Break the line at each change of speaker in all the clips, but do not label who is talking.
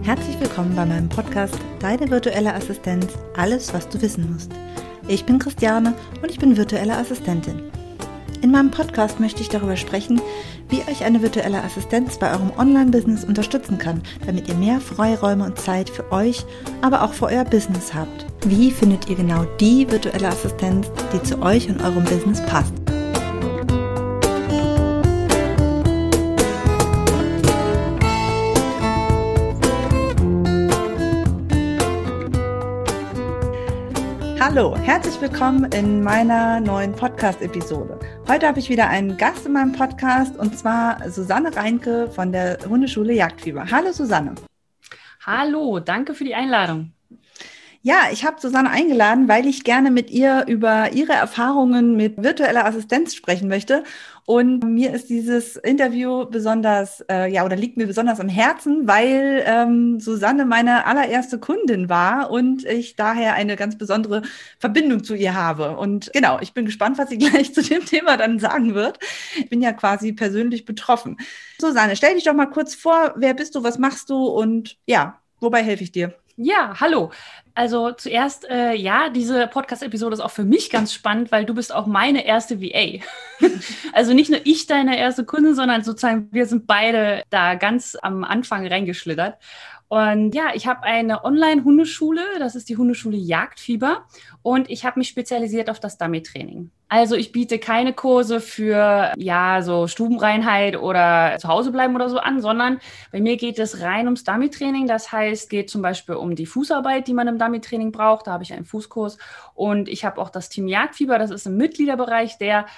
Herzlich willkommen bei meinem Podcast Deine virtuelle Assistenz – Alles, was du wissen musst. Ich bin Christiane und ich bin virtuelle Assistentin. In meinem Podcast möchte ich darüber sprechen, wie euch eine virtuelle Assistenz bei eurem Online-Business unterstützen kann, damit ihr mehr Freiräume und Zeit für euch, aber auch für euer Business habt. Wie findet ihr genau die virtuelle Assistenz, die zu euch und eurem Business passt? Hallo, herzlich willkommen in meiner neuen Podcast-Episode. Heute habe ich wieder einen Gast in meinem Podcast und zwar Susanne Reinke von der Hundeschule Jagdfieber. Hallo Susanne.
Hallo, danke für die Einladung.
Ja, ich habe Susanne eingeladen, weil ich gerne mit ihr über ihre Erfahrungen mit virtueller Assistenz sprechen möchte. Und mir ist dieses Interview besonders, liegt mir besonders am Herzen, weil Susanne meine allererste Kundin war und ich daher eine ganz besondere Verbindung zu ihr habe. Und genau, ich bin gespannt, was sie gleich zu dem Thema dann sagen wird. Ich bin ja quasi persönlich betroffen. Susanne, stell dich doch mal kurz vor, wer bist du, was machst du und ja, wobei helfe ich dir?
Ja, hallo. Also zuerst, diese Podcast-Episode ist auch für mich ganz spannend, weil du bist auch meine erste VA. Also nicht nur ich deine erste Kundin, sondern sozusagen wir sind beide da ganz am Anfang reingeschlittert. Und ja, ich habe eine Online-Hundeschule, das ist die Hundeschule Jagdfieber und ich habe mich spezialisiert auf das Dummy-Training. Also ich biete keine Kurse für so Stubenreinheit oder zu Hause bleiben oder so an, sondern bei mir geht es rein ums Dummy-Training. Das heißt, geht zum Beispiel um die Fußarbeit, die man im Dummy-Training braucht. Da habe ich einen Fußkurs und ich habe auch das Team Jagdfieber. Das ist ein Mitgliederbereich, der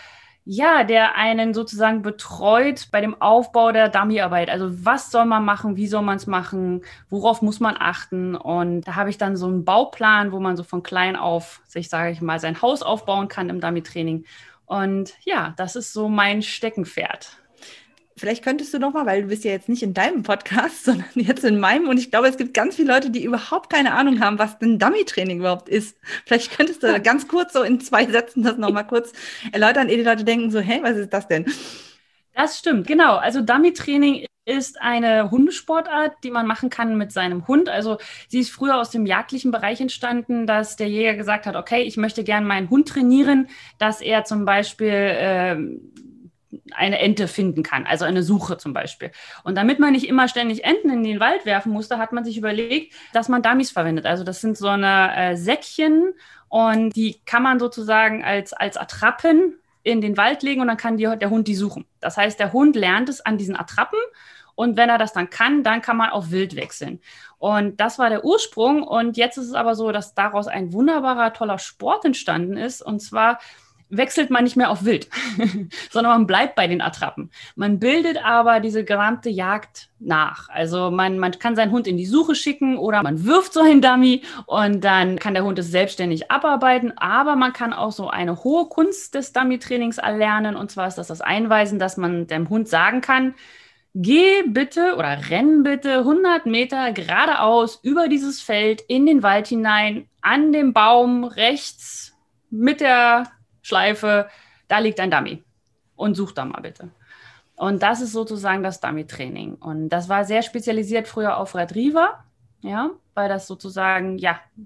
einen sozusagen betreut bei dem Aufbau der Dummyarbeit. Also was soll man machen, wie soll man es machen, worauf muss man achten? Und da habe ich dann so einen Bauplan, wo man so von klein auf sich, sage ich mal, sein Haus aufbauen kann im Dummy-Training. Und ja, das ist so mein Steckenpferd.
Vielleicht könntest du noch mal, weil du bist ja jetzt nicht in deinem Podcast, sondern jetzt in meinem und ich glaube, es gibt ganz viele Leute, die überhaupt keine Ahnung haben, was denn Dummy-Training überhaupt ist. Vielleicht könntest du ganz kurz so in 2 Sätzen das noch mal kurz erläutern, ehe die Leute denken so, hey, was ist das denn?
Das stimmt, genau. Also Dummy-Training ist eine Hundesportart, die man machen kann mit seinem Hund. Also sie ist früher aus dem jagdlichen Bereich entstanden, dass der Jäger gesagt hat, okay, ich möchte gerne meinen Hund trainieren, dass er zum Beispiel eine Ente finden kann, also eine Suche zum Beispiel. Und damit man nicht immer ständig Enten in den Wald werfen musste, hat man sich überlegt, dass man Dummies verwendet. Also das sind so eine Säckchen und die kann man sozusagen als Attrappen in den Wald legen und dann kann der Hund die suchen. Das heißt, der Hund lernt es an diesen Attrappen und wenn er das dann kann man auf Wild wechseln. Und das war der Ursprung und jetzt ist es aber so, dass daraus ein wunderbarer, toller Sport entstanden ist und zwar wechselt man nicht mehr auf Wild, sondern man bleibt bei den Attrappen. Man bildet aber diese gesamte Jagd nach. Also man kann seinen Hund in die Suche schicken oder man wirft so einen Dummy und dann kann der Hund es selbstständig abarbeiten. Aber man kann auch so eine hohe Kunst des Dummy-Trainings erlernen. Und zwar ist das Einweisen, dass man dem Hund sagen kann, geh bitte oder renn bitte 100 Meter geradeaus über dieses Feld in den Wald hinein, an dem Baum rechts mit der Schleife, da liegt ein Dummy und such da mal bitte. Und das ist sozusagen das Dummy-Training. Und das war sehr spezialisiert früher auf Retriever, ja, weil das sozusagen,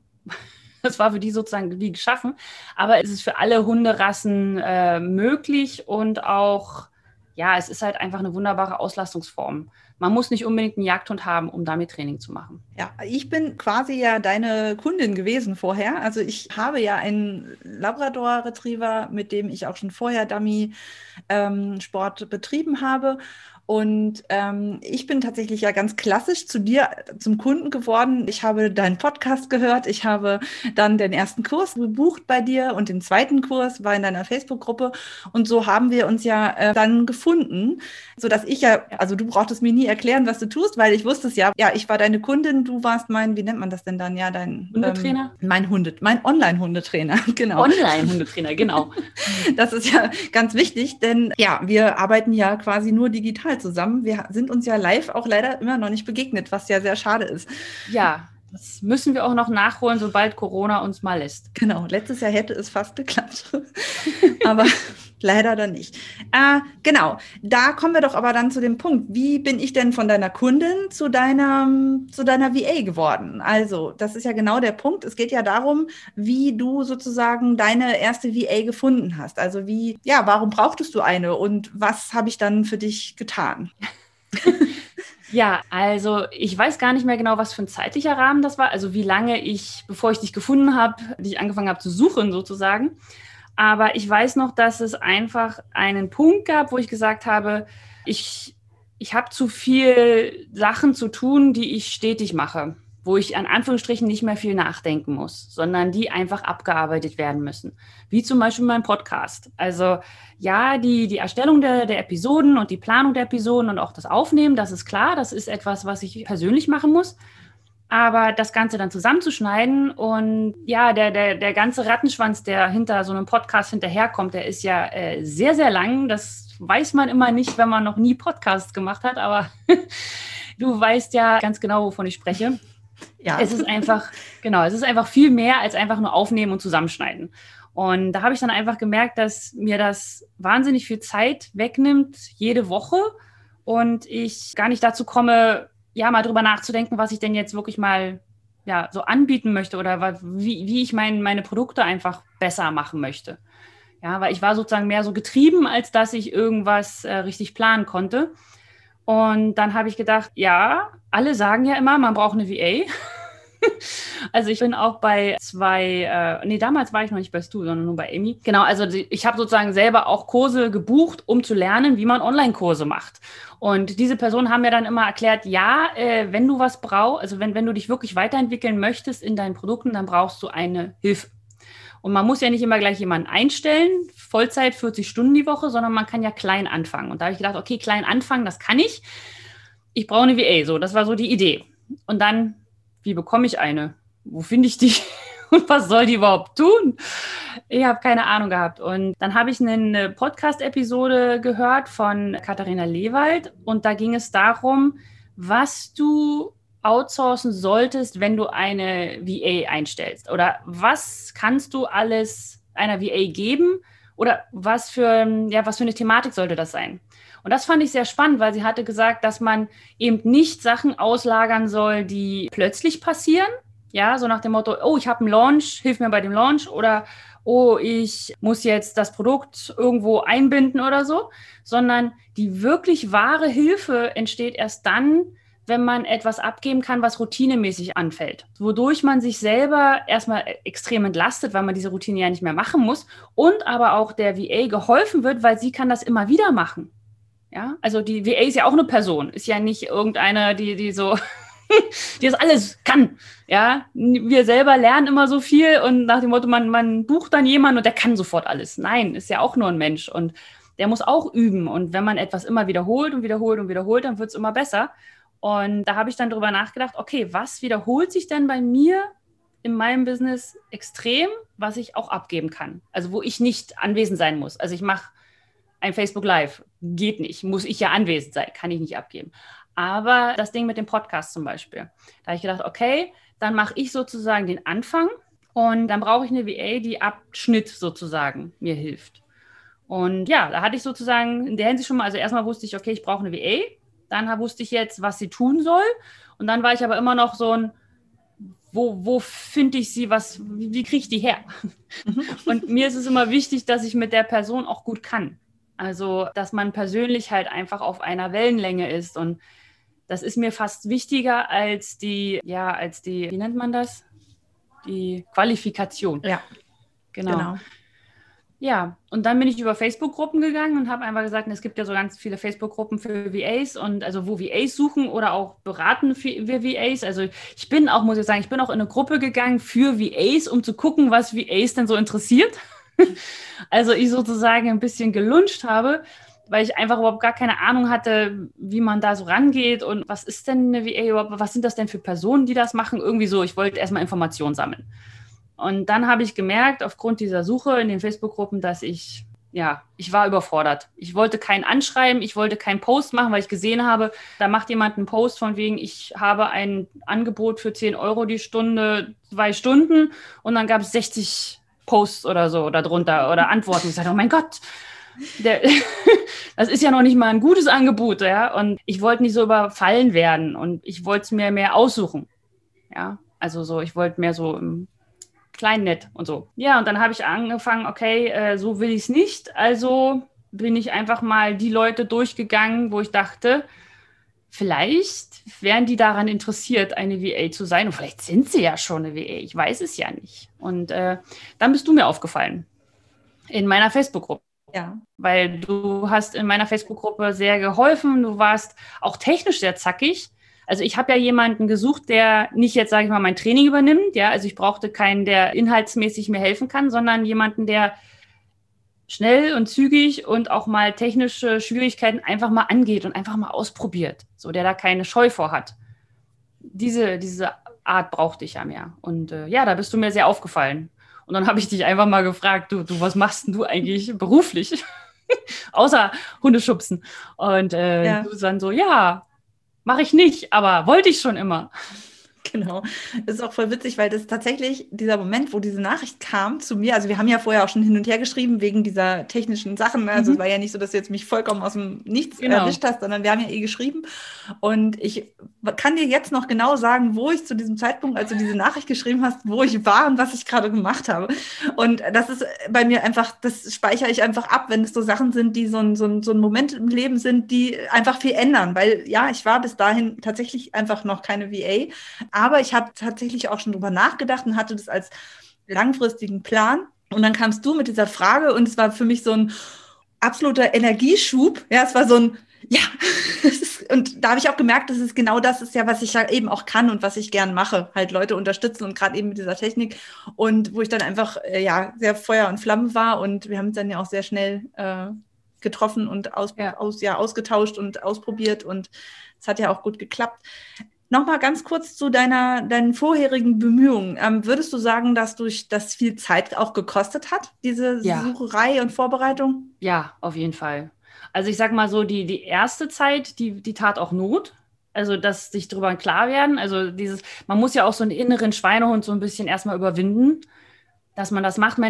das war für die sozusagen wie geschaffen. Aber es ist für alle Hunderassen möglich und auch, es ist halt einfach eine wunderbare Auslastungsform. Man muss nicht unbedingt einen Jagdhund haben, um Dummy-Training zu machen.
Ja, ich bin quasi ja deine Kundin gewesen vorher. Also ich habe ja einen Labrador-Retriever, mit dem ich auch schon vorher Dummy-Sport betrieben habe. Und ich bin tatsächlich ja ganz klassisch zu dir zum Kunden geworden. Ich habe deinen Podcast gehört. Ich habe dann den ersten Kurs gebucht bei dir und den zweiten Kurs war in deiner Facebook-Gruppe. Und so haben wir uns ja dann gefunden, sodass ich also du brauchtest mir nie erklären, was du tust, weil ich wusste es ja. Ja, ich war deine Kundin, du warst wie nennt man das denn dann? Ja, dein
Hundetrainer?
Mein Online-Hundetrainer, genau.
Online-Hundetrainer, genau.
Das ist ja ganz wichtig, denn wir arbeiten ja quasi nur digital zusammen. Wir sind uns ja live auch leider immer noch nicht begegnet, was ja sehr schade ist.
Ja, das müssen wir auch noch nachholen, sobald Corona uns mal lässt.
Genau, letztes Jahr hätte es fast geklappt. Aber Leider dann nicht. Genau, da kommen wir doch aber dann zu dem Punkt, wie bin ich denn von deiner Kundin zu deiner VA geworden? Also, das ist ja genau der Punkt. Es geht ja darum, wie du sozusagen deine erste VA gefunden hast. Also warum brauchtest du eine und was habe ich dann für dich getan?
Ja, also ich weiß gar nicht mehr genau, was für ein zeitlicher Rahmen das war. Also wie lange bevor ich dich gefunden habe, dich angefangen habe zu suchen sozusagen. Aber ich weiß noch, dass es einfach einen Punkt gab, wo ich gesagt habe, ich habe zu viel Sachen zu tun, die ich stetig mache, wo ich an Anführungsstrichen nicht mehr viel nachdenken muss, sondern die einfach abgearbeitet werden müssen. Wie zum Beispiel mein Podcast. Also ja, die Erstellung der Episoden und die Planung der Episoden und auch das Aufnehmen, das ist klar, das ist etwas, was ich persönlich machen muss. Aber das Ganze dann zusammenzuschneiden und ja, der ganze Rattenschwanz, der hinter so einem Podcast hinterherkommt, der ist ja sehr, sehr lang. Das weiß man immer nicht, wenn man noch nie Podcasts gemacht hat, aber du weißt ja ganz genau, wovon ich spreche. Ja. Es ist einfach viel mehr als einfach nur aufnehmen und zusammenschneiden. Und da habe ich dann einfach gemerkt, dass mir das wahnsinnig viel Zeit wegnimmt, jede Woche, und ich gar nicht dazu komme, ja, mal drüber nachzudenken, was ich denn jetzt wirklich mal so anbieten möchte oder wie ich meine Produkte einfach besser machen möchte. Ja, weil ich war sozusagen mehr so getrieben, als dass ich irgendwas richtig planen konnte. Und dann habe ich gedacht, ja, alle sagen ja immer, man braucht eine VA. Also ich bin auch bei damals war ich noch nicht bei Stu, sondern nur bei Amy. Genau, also ich habe sozusagen selber auch Kurse gebucht, um zu lernen, wie man Online-Kurse macht. Und diese Personen haben mir dann immer erklärt, wenn du was brauchst, also wenn du dich wirklich weiterentwickeln möchtest in deinen Produkten, dann brauchst du eine Hilfe. Und man muss ja nicht immer gleich jemanden einstellen, Vollzeit 40 Stunden die Woche, sondern man kann ja klein anfangen. Und da habe ich gedacht, okay, klein anfangen, das kann ich. Ich brauche eine VA, so, das war so die Idee. Und dann, wie bekomme ich eine? Wo finde ich die? Und was soll die überhaupt tun? Ich habe keine Ahnung gehabt. Und dann habe ich eine Podcast-Episode gehört von Katharina Lewald. Und da ging es darum, was du outsourcen solltest, wenn du eine VA einstellst. Oder was kannst du alles einer VA geben? Oder was für eine Thematik sollte das sein? Und das fand ich sehr spannend, weil sie hatte gesagt, dass man eben nicht Sachen auslagern soll, die plötzlich passieren. Ja, so nach dem Motto, oh, ich habe einen Launch, hilf mir bei dem Launch. Oder, oh, ich muss jetzt das Produkt irgendwo einbinden oder so. Sondern die wirklich wahre Hilfe entsteht erst dann, wenn man etwas abgeben kann, was routinemäßig anfällt. Wodurch man sich selber erstmal extrem entlastet, weil man diese Routine ja nicht mehr machen muss. Und aber auch der VA geholfen wird, weil sie kann das immer wieder machen. Ja, also die VA ist ja auch eine Person, ist ja nicht irgendeine, die so, die das alles kann. Ja, wir selber lernen immer so viel und nach dem Motto, man bucht dann jemanden und der kann sofort alles. Nein, ist ja auch nur ein Mensch und der muss auch üben. Und wenn man etwas immer wiederholt und wiederholt und wiederholt, dann wird es immer besser. Und da habe ich dann drüber nachgedacht, okay, was wiederholt sich denn bei mir in meinem Business extrem, was ich auch abgeben kann? Also wo ich nicht anwesend sein muss. Also ich mache ein Facebook Live, geht nicht, muss ich ja anwesend sein, kann ich nicht abgeben. Aber das Ding mit dem Podcast zum Beispiel, da habe ich gedacht, okay, dann mache ich sozusagen den Anfang und dann brauche ich eine VA, die ab Schnitt sozusagen mir hilft. Und ja, da hatte ich sozusagen in der Hinsicht schon mal, also erstmal wusste ich, okay, ich brauche eine VA, dann wusste ich jetzt, was sie tun soll und dann war ich aber immer noch so ein, wo finde ich sie, wie kriege ich die her? Und mir ist es immer wichtig, dass ich mit der Person auch gut kann. Also, dass man persönlich halt einfach auf einer Wellenlänge ist. Und das ist mir fast wichtiger als wie nennt man das? Die Qualifikation.
Ja, genau.
Ja, und dann bin ich über Facebook-Gruppen gegangen und habe einfach gesagt, es gibt ja so ganz viele Facebook-Gruppen für VAs und also wo VAs suchen oder auch beraten für VAs. Also ich bin auch in eine Gruppe gegangen für VAs, um zu gucken, was VAs denn so interessiert. Also ich sozusagen ein bisschen gelunscht habe, weil ich einfach überhaupt gar keine Ahnung hatte, wie man da so rangeht und was ist denn eine VA überhaupt, was sind das denn für Personen, die das machen? Irgendwie so, ich wollte erstmal Informationen sammeln. Und dann habe ich gemerkt, aufgrund dieser Suche in den Facebook-Gruppen, dass ich war überfordert. Ich wollte keinen anschreiben, ich wollte keinen Post machen, weil ich gesehen habe, da macht jemand einen Post von wegen, ich habe ein Angebot für 10 Euro die Stunde, 2 Stunden und dann gab es 60 Posts oder so darunter oder Antworten. Ich sagte, oh mein Gott, Das ist ja noch nicht mal ein gutes Angebot, ja. Und ich wollte nicht so überfallen werden und ich wollte es mir mehr aussuchen. Ja, also so, ich wollte mehr so im Kleinnett und so. Ja, und dann habe ich angefangen, okay, so will ich es nicht. Also bin ich einfach mal die Leute durchgegangen, wo ich dachte, vielleicht wären die daran interessiert, eine VA zu sein. Und vielleicht sind sie ja schon eine VA. Ich weiß es ja nicht. Und dann bist du mir aufgefallen in meiner Facebook-Gruppe.
Ja.
Weil du hast in meiner Facebook-Gruppe sehr geholfen. Du warst auch technisch sehr zackig. Also ich habe ja jemanden gesucht, der nicht jetzt, sage ich mal, mein Training übernimmt. Ja, also ich brauchte keinen, der inhaltsmäßig mir helfen kann, sondern jemanden, der schnell und zügig und auch mal technische Schwierigkeiten einfach mal angeht und einfach mal ausprobiert. So, der da keine Scheu vor hat. Diese Art brauchte ich ja mehr. Und ja, da bist du mir sehr aufgefallen. Und dann habe ich dich einfach mal gefragt, du, was machst denn du eigentlich beruflich? Außer Hundeschubsen. Und du dann so, ja, mache ich nicht, aber wollte ich schon immer.
Genau. Das ist auch voll witzig, weil das tatsächlich dieser Moment, wo diese Nachricht kam zu mir, also wir haben ja vorher auch schon hin und her geschrieben wegen dieser technischen Sachen, also es war ja nicht so, dass du jetzt mich vollkommen aus dem Nichts erwischt hast, sondern wir haben ja geschrieben und ich kann dir jetzt noch genau sagen, wo ich zu diesem Zeitpunkt, als du diese Nachricht geschrieben hast, wo ich war und was ich gerade gemacht habe. Und das ist bei mir einfach, das speichere ich einfach ab, wenn es so Sachen sind, die so ein Moment im Leben sind, die einfach viel ändern, weil ja, ich war bis dahin tatsächlich einfach noch keine VA, aber ich habe tatsächlich auch schon drüber nachgedacht und hatte das als langfristigen Plan. Und dann kamst du mit dieser Frage und es war für mich so ein absoluter Energieschub. Ja, es war so ein, ja. Und da habe ich auch gemerkt, dass es genau das ist ja, was ich ja eben auch kann und was ich gern mache. Halt Leute unterstützen und gerade eben mit dieser Technik. Und wo ich dann einfach, sehr Feuer und Flamme war. Und wir haben uns dann ja auch sehr schnell getroffen und ausgetauscht und ausprobiert. Und es hat ja auch gut geklappt. Nochmal ganz kurz zu deinen vorherigen Bemühungen. Würdest du sagen, dass das viel Zeit auch gekostet hat, diese Sucherei und Vorbereitung?
Ja, auf jeden Fall. Also ich sag mal so, die erste Zeit, die tat auch Not. Also, dass sich darüber klar werden. Also man muss ja auch so einen inneren Schweinehund so ein bisschen erstmal überwinden, dass man das macht.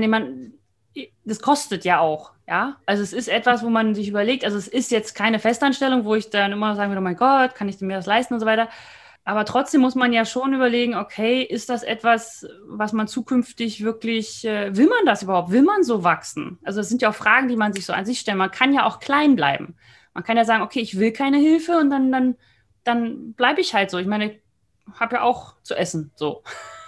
Das kostet ja auch, ja. Also es ist etwas, wo man sich überlegt, also es ist jetzt keine Festanstellung, wo ich dann immer sagen würde, oh mein Gott, kann ich mir das leisten und so weiter. Aber trotzdem muss man ja schon überlegen, okay, ist das etwas, was man zukünftig wirklich, will man das überhaupt? Will man so wachsen? Also das sind ja auch Fragen, die man sich so an sich stellt. Man kann ja auch klein bleiben. Man kann ja sagen, okay, ich will keine Hilfe und dann bleibe ich halt so. Ich meine, ich habe ja auch zu essen, so.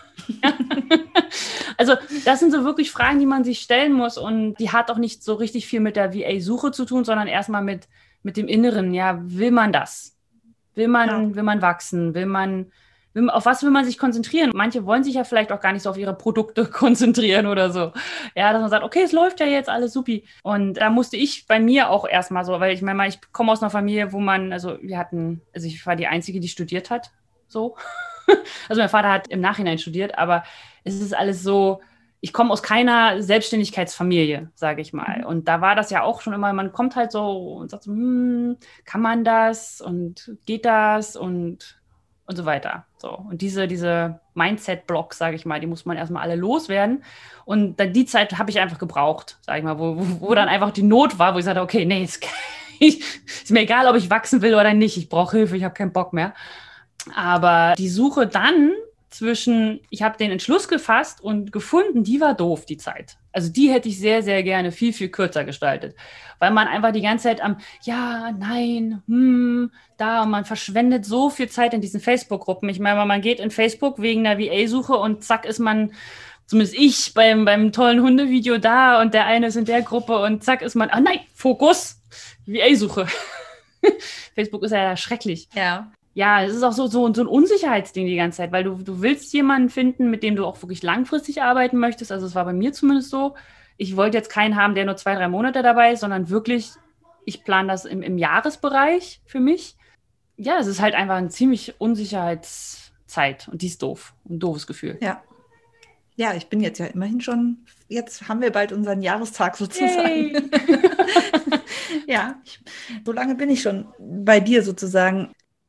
Also das sind so wirklich Fragen, die man sich stellen muss und die hat auch nicht so richtig viel mit der VA-Suche zu tun, sondern erstmal mit dem Inneren. Ja, will man das? Will man wachsen? Auf was will man sich konzentrieren? Manche wollen sich ja vielleicht auch gar nicht so auf ihre Produkte konzentrieren oder so. Ja, dass man sagt, okay, es läuft ja jetzt alles supi. Und da musste ich bei mir auch erstmal so, weil ich meine, ich komme aus einer Familie, wo ich war die Einzige, die studiert hat, so. Also mein Vater hat im Nachhinein studiert, aber es ist alles so, ich komme aus keiner Selbstständigkeitsfamilie, sage ich mal. Und da war das ja auch schon immer, man kommt halt so und sagt so, kann man das und geht das und so weiter. So. Und diese Mindset-Blocks, sage ich mal, die muss man erstmal alle loswerden. Und dann die Zeit habe ich einfach gebraucht, sage ich mal, wo dann einfach die Not war, wo ich sagte, okay, nee, ist mir egal, ob ich wachsen will oder nicht, ich brauche Hilfe, ich habe keinen Bock mehr. Aber die Suche dann ich habe den Entschluss gefasst und gefunden, die war doof, die Zeit. Also die hätte ich sehr, sehr gerne viel, viel kürzer gestaltet. Weil man einfach die ganze Zeit ja, nein, da und man verschwendet so viel Zeit in diesen Facebook-Gruppen. Ich meine, man geht in Facebook wegen einer VA-Suche und zack ist man, zumindest ich, beim tollen Hundevideo da und der eine ist in der Gruppe und zack ist man, nein, Fokus, VA-Suche. Facebook ist ja schrecklich.
Ja.
Ja, es ist auch so ein Unsicherheitsding die ganze Zeit, weil du willst jemanden finden, mit dem du auch wirklich langfristig arbeiten möchtest. Also es war bei mir zumindest so. Ich wollte jetzt keinen haben, der nur 2-3 Monate dabei ist, sondern wirklich, ich plane das im Jahresbereich für mich. Ja, es ist halt einfach eine ziemlich Unsicherheitszeit und die ist doof. Ein doofes Gefühl.
Ja. Ja, ich bin jetzt ja immerhin schon, jetzt haben wir bald unseren Jahrestag sozusagen. Ja, so lange bin ich schon bei dir sozusagen.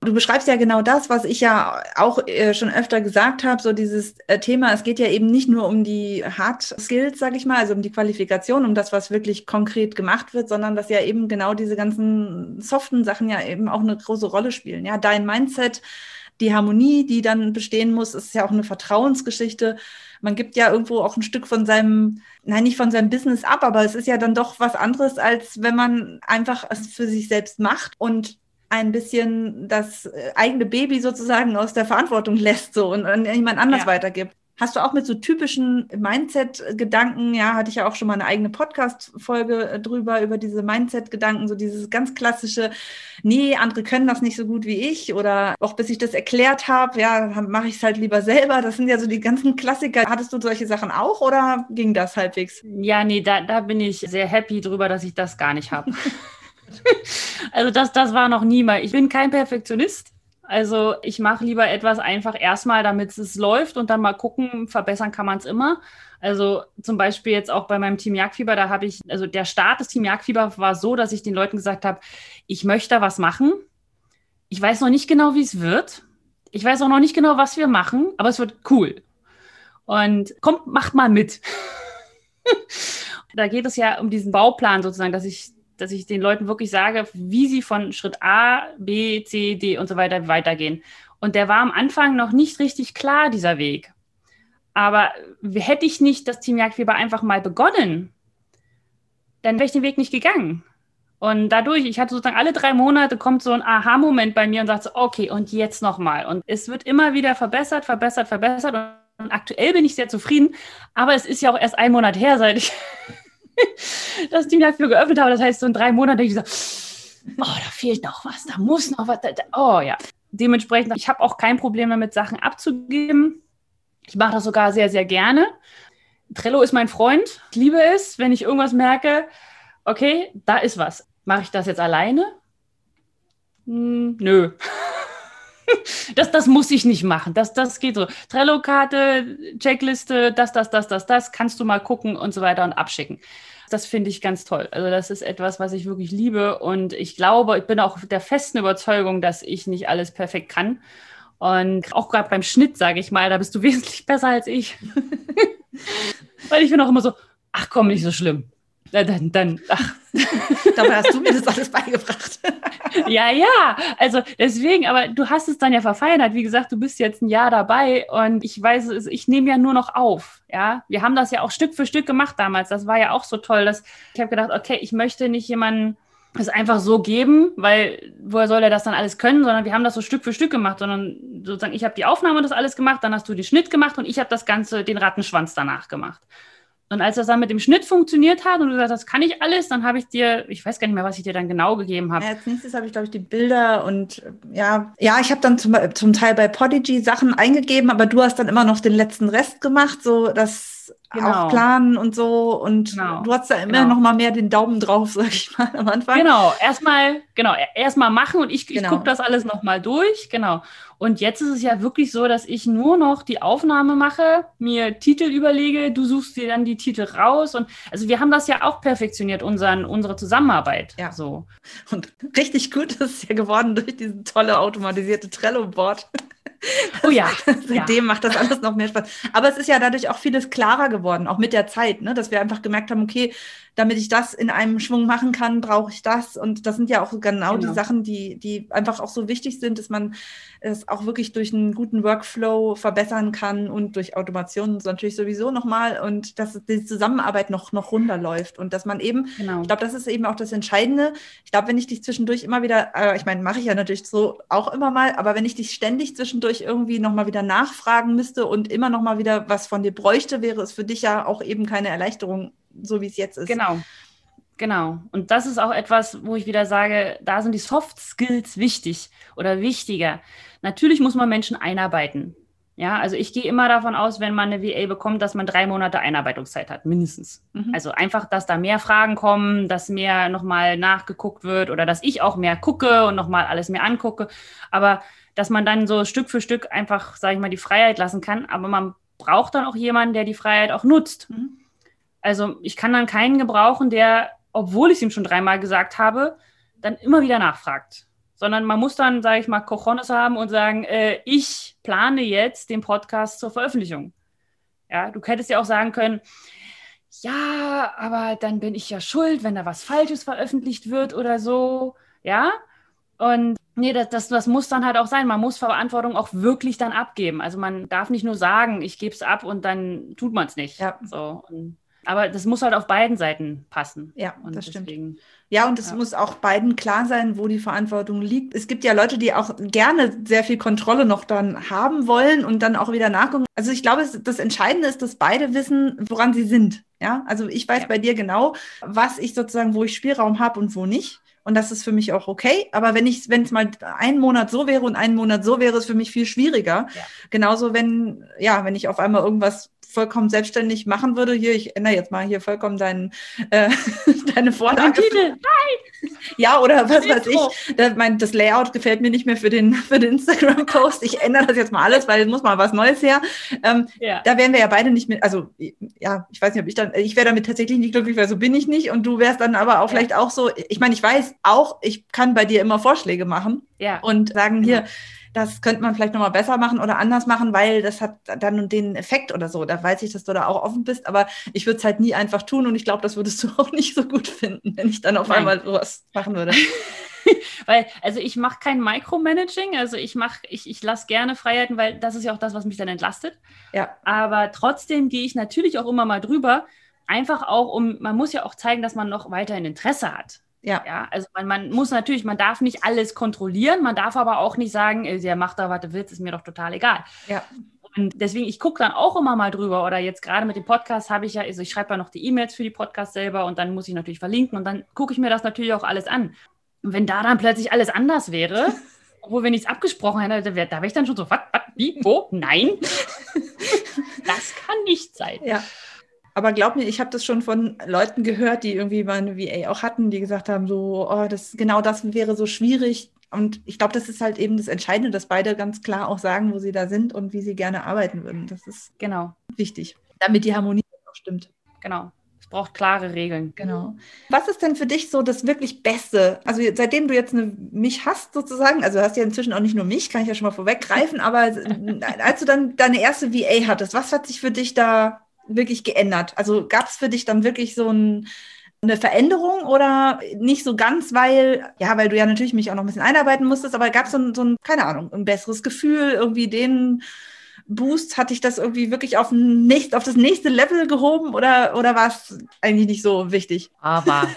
Du beschreibst ja genau das, was ich ja auch schon öfter gesagt habe, so dieses Thema, es geht ja eben nicht nur um die Hard Skills, sage ich mal, also um die Qualifikation, um das, was wirklich konkret gemacht wird, sondern dass ja eben genau diese ganzen soften Sachen ja eben auch eine große Rolle spielen. Ja, dein Mindset, die Harmonie, die dann bestehen muss, ist ja auch eine Vertrauensgeschichte. Man gibt ja irgendwo auch ein Stück von seinem, nein, nicht von seinem Business ab, aber es ist ja dann doch was anderes, als wenn man einfach es für sich selbst macht und ein bisschen das eigene Baby sozusagen aus der Verantwortung lässt so und an jemand anders weitergibt. Hast du auch mit so typischen Mindset-Gedanken, ja, hatte ich ja auch schon mal eine eigene Podcast-Folge drüber, über diese Mindset-Gedanken, so dieses ganz klassische, nee, andere können das nicht so gut wie ich oder auch bis ich das erklärt habe, ja, mache ich es halt lieber selber. Das sind ja so die ganzen Klassiker. Hattest du solche Sachen auch oder ging das halbwegs?
Ja, nee, da bin ich sehr happy drüber, dass ich das gar nicht habe. Also das war noch nie mal. Ich bin kein Perfektionist. Also ich mache lieber etwas einfach erstmal, damit es läuft und dann mal gucken, verbessern kann man es immer. Also zum Beispiel jetzt auch bei meinem Team Jagdfieber, da habe ich, also der Start des Team Jagdfieber war so, dass ich den Leuten gesagt habe, ich möchte da was machen. Ich weiß noch nicht genau, wie es wird. Ich weiß auch noch nicht genau, was wir machen, aber es wird cool. Und kommt, macht mal mit. Da geht es ja um diesen Bauplan sozusagen, dass ich den Leuten wirklich sage, wie sie von Schritt A, B, C, D und so weiter weitergehen. Und der war am Anfang noch nicht richtig klar, dieser Weg. Aber hätte ich nicht das Team Jagdfieber einfach mal begonnen, dann wäre ich den Weg nicht gegangen. Und dadurch, ich hatte sozusagen alle 3 Monate kommt so ein Aha-Moment bei mir und sagt so, okay, und jetzt nochmal. Und es wird immer wieder verbessert. Und aktuell bin ich sehr zufrieden. Aber es ist ja auch erst 1 Monat her, seit ich das Team dafür geöffnet habe. Das heißt, so in 3 Monaten denke ich so, oh, da fehlt noch was, da muss noch was. Oh ja. Dementsprechend, ich habe auch kein Problem damit, Sachen abzugeben. Ich mache das sogar sehr, sehr gerne. Trello ist mein Freund. Ich liebe es, wenn ich irgendwas merke, okay, da ist was. Mache ich das jetzt alleine? Nö. Das muss ich nicht machen. Das geht so. Trello-Karte, Checkliste, das, kannst du mal gucken und so weiter und abschicken. Das finde ich ganz toll. Also das ist etwas, was ich wirklich liebe und ich glaube, ich bin auch der festen Überzeugung, dass ich nicht alles perfekt kann. Und auch gerade beim Schnitt, sage ich mal, da bist du wesentlich besser als ich. Weil ich bin auch immer so, ach komm, nicht so schlimm. Dann, ach.
Dabei hast du mir das alles beigebracht.
Ja, also deswegen, aber du hast es dann ja verfeinert. Wie gesagt, du bist jetzt ein Jahr dabei und ich weiß, ich nehme ja nur noch auf. Ja, wir haben das ja auch Stück für Stück gemacht damals. Das war ja auch so toll, dass ich habe gedacht, okay, ich möchte nicht jemanden es einfach so geben, weil woher soll er das dann alles können, sondern wir haben das so Stück für Stück gemacht, sondern sozusagen ich habe die Aufnahme und das alles gemacht, dann hast du den Schnitt gemacht und ich habe das Ganze, den Rattenschwanz danach gemacht. Und als das dann mit dem Schnitt funktioniert hat und du gesagt hast, das kann ich alles, dann habe ich dir, ich weiß gar nicht mehr, was ich dir dann genau gegeben habe.
Ja, als nächstes habe ich, glaube ich, die Bilder und ja, ich habe dann zum Teil bei Podigy Sachen eingegeben, aber du hast dann immer noch den letzten Rest gemacht, so das auch planen und so und du hast da immer noch mal mehr den Daumen drauf, sag ich mal, am Anfang.
Erstmal machen und ich gucke das alles noch mal durch, Und jetzt ist es ja wirklich so, dass ich nur noch die Aufnahme mache, mir Titel überlege, du suchst dir dann die Titel raus und also wir haben das ja auch perfektioniert, unsere Zusammenarbeit.
Ja.
So.
Und richtig gut ist es ja geworden durch dieses tolle automatisierte Trello-Board.
Oh ja.
Seitdem macht das alles noch mehr Spaß. Aber es ist ja dadurch auch vieles klarer geworden, auch mit der Zeit, ne? Dass wir einfach gemerkt haben, okay, damit ich das in einem Schwung machen kann, brauche ich das. Und das sind ja auch genau die Sachen, die einfach auch so wichtig sind, dass man es auch wirklich durch einen guten Workflow verbessern kann und durch Automation natürlich sowieso nochmal und dass die Zusammenarbeit noch runterläuft und dass man eben, ich glaube, das ist eben auch das Entscheidende. Ich glaube, wenn ich dich zwischendurch immer wieder, ich meine, mache ich ja natürlich so auch immer mal, aber wenn ich dich ständig zwischendurch irgendwie nochmal wieder nachfragen müsste und immer nochmal wieder was von dir bräuchte, wäre es für dich ja auch eben keine Erleichterung, so wie es jetzt ist.
Genau. Und das ist auch etwas, wo ich wieder sage, da sind die Soft Skills wichtig oder wichtiger. Natürlich muss man Menschen einarbeiten. Ja, also ich gehe immer davon aus, wenn man eine VA bekommt, dass man 3 Monate Einarbeitungszeit hat, mindestens. Also einfach, dass da mehr Fragen kommen, dass mehr nochmal nachgeguckt wird oder dass ich auch mehr gucke und nochmal alles mehr angucke. Aber dass man dann so Stück für Stück einfach, sage ich mal, die Freiheit lassen kann. Aber man braucht dann auch jemanden, der die Freiheit auch nutzt. Also ich kann dann keinen gebrauchen, der, obwohl ich es ihm schon 3-mal gesagt habe, dann immer wieder nachfragt. sondern man muss dann, sage ich mal, Cojones haben und sagen, ich plane jetzt den Podcast zur Veröffentlichung. Ja, du hättest ja auch sagen können, ja, aber dann bin ich ja schuld, wenn da was Falsches veröffentlicht wird oder so. Ja, und nee, das muss dann halt auch sein. Man muss Verantwortung auch wirklich dann abgeben. Also man darf nicht nur sagen, ich gebe es ab und dann tut man es nicht.
Ja.
So. Aber das muss halt auf beiden Seiten passen.
Ja,
und
das stimmt.
deswegen,
Ja, und es muss auch beiden klar sein, wo die Verantwortung liegt. Es gibt ja Leute, die auch gerne sehr viel Kontrolle noch dann haben wollen und dann auch wieder nachgucken. Also ich glaube, das Entscheidende ist, dass beide wissen, woran sie sind. Ja, also ich weiß bei dir genau, was ich sozusagen, wo ich Spielraum habe und wo nicht. Und das ist für mich auch okay. Aber wenn es mal einen Monat so wäre und einen Monat so wäre, ist für mich viel schwieriger. Ja. Genauso, wenn ich auf einmal irgendwas vollkommen selbstständig machen würde. Hier, ich ändere jetzt mal hier vollkommen deine Vorlage.
Titel. Nein!
Ja, oder was weiß ich. Das Layout gefällt mir nicht mehr für den Instagram-Post. Ich ändere das jetzt mal alles, weil es muss mal was Neues her. Da wären wir ja beide nicht mehr, also ja, ich weiß nicht, ob ich wäre damit tatsächlich nicht glücklich, weil so bin ich nicht. Und du wärst dann aber auch vielleicht auch so, ich meine, ich weiß auch, ich kann bei dir immer Vorschläge machen und sagen, hier, das könnte man vielleicht nochmal besser machen oder anders machen, weil das hat dann den Effekt oder so. Da weiß ich, dass du da auch offen bist, aber ich würde es halt nie einfach tun und ich glaube, das würdest du auch nicht so gut finden, wenn ich dann auf einmal sowas machen würde.
Weil, also ich mache kein Micromanaging, also ich lasse gerne Freiheiten, weil das ist ja auch das, was mich dann entlastet. Ja. Aber trotzdem gehe ich natürlich auch immer mal drüber, einfach auch man muss ja auch zeigen, dass man noch weiterhin Interesse hat. Ja, also man muss natürlich, man darf nicht alles kontrollieren, man darf aber auch nicht sagen, der macht da, was du willst, ist mir doch total egal. Ja. Und deswegen, ich gucke dann auch immer mal drüber oder jetzt gerade mit dem Podcast habe ich ich schreibe ja noch die E-Mails für die Podcasts selber und dann muss ich natürlich verlinken und dann gucke ich mir das natürlich auch alles an. Und wenn da dann plötzlich alles anders wäre, obwohl wir nichts abgesprochen hätten, da wäre ich dann schon so, was, wie, wo, nein, das kann nicht sein.
Ja. Aber glaub mir, ich habe das schon von Leuten gehört, die irgendwie mal eine VA auch hatten, die gesagt haben, so, genau das wäre so schwierig. Und ich glaube, das ist halt eben das Entscheidende, dass beide ganz klar auch sagen, wo sie da sind und wie sie gerne arbeiten würden. Das ist wichtig, damit die Harmonie auch stimmt.
Genau. Es braucht klare Regeln.
Genau. Was ist denn für dich so das wirklich Beste? Also seitdem du jetzt mich hast sozusagen, also hast ja inzwischen auch nicht nur mich, kann ich ja schon mal vorweggreifen, aber als du dann deine erste VA hattest, was hat sich für dich da wirklich geändert? Also gab es für dich dann wirklich so eine Veränderung oder nicht so ganz, weil du ja natürlich mich auch noch ein bisschen einarbeiten musstest, aber gab es so ein, keine Ahnung, ein besseres Gefühl, irgendwie den Boost, hatte ich das irgendwie wirklich auf das nächste Level gehoben oder war es eigentlich nicht so wichtig?
Aber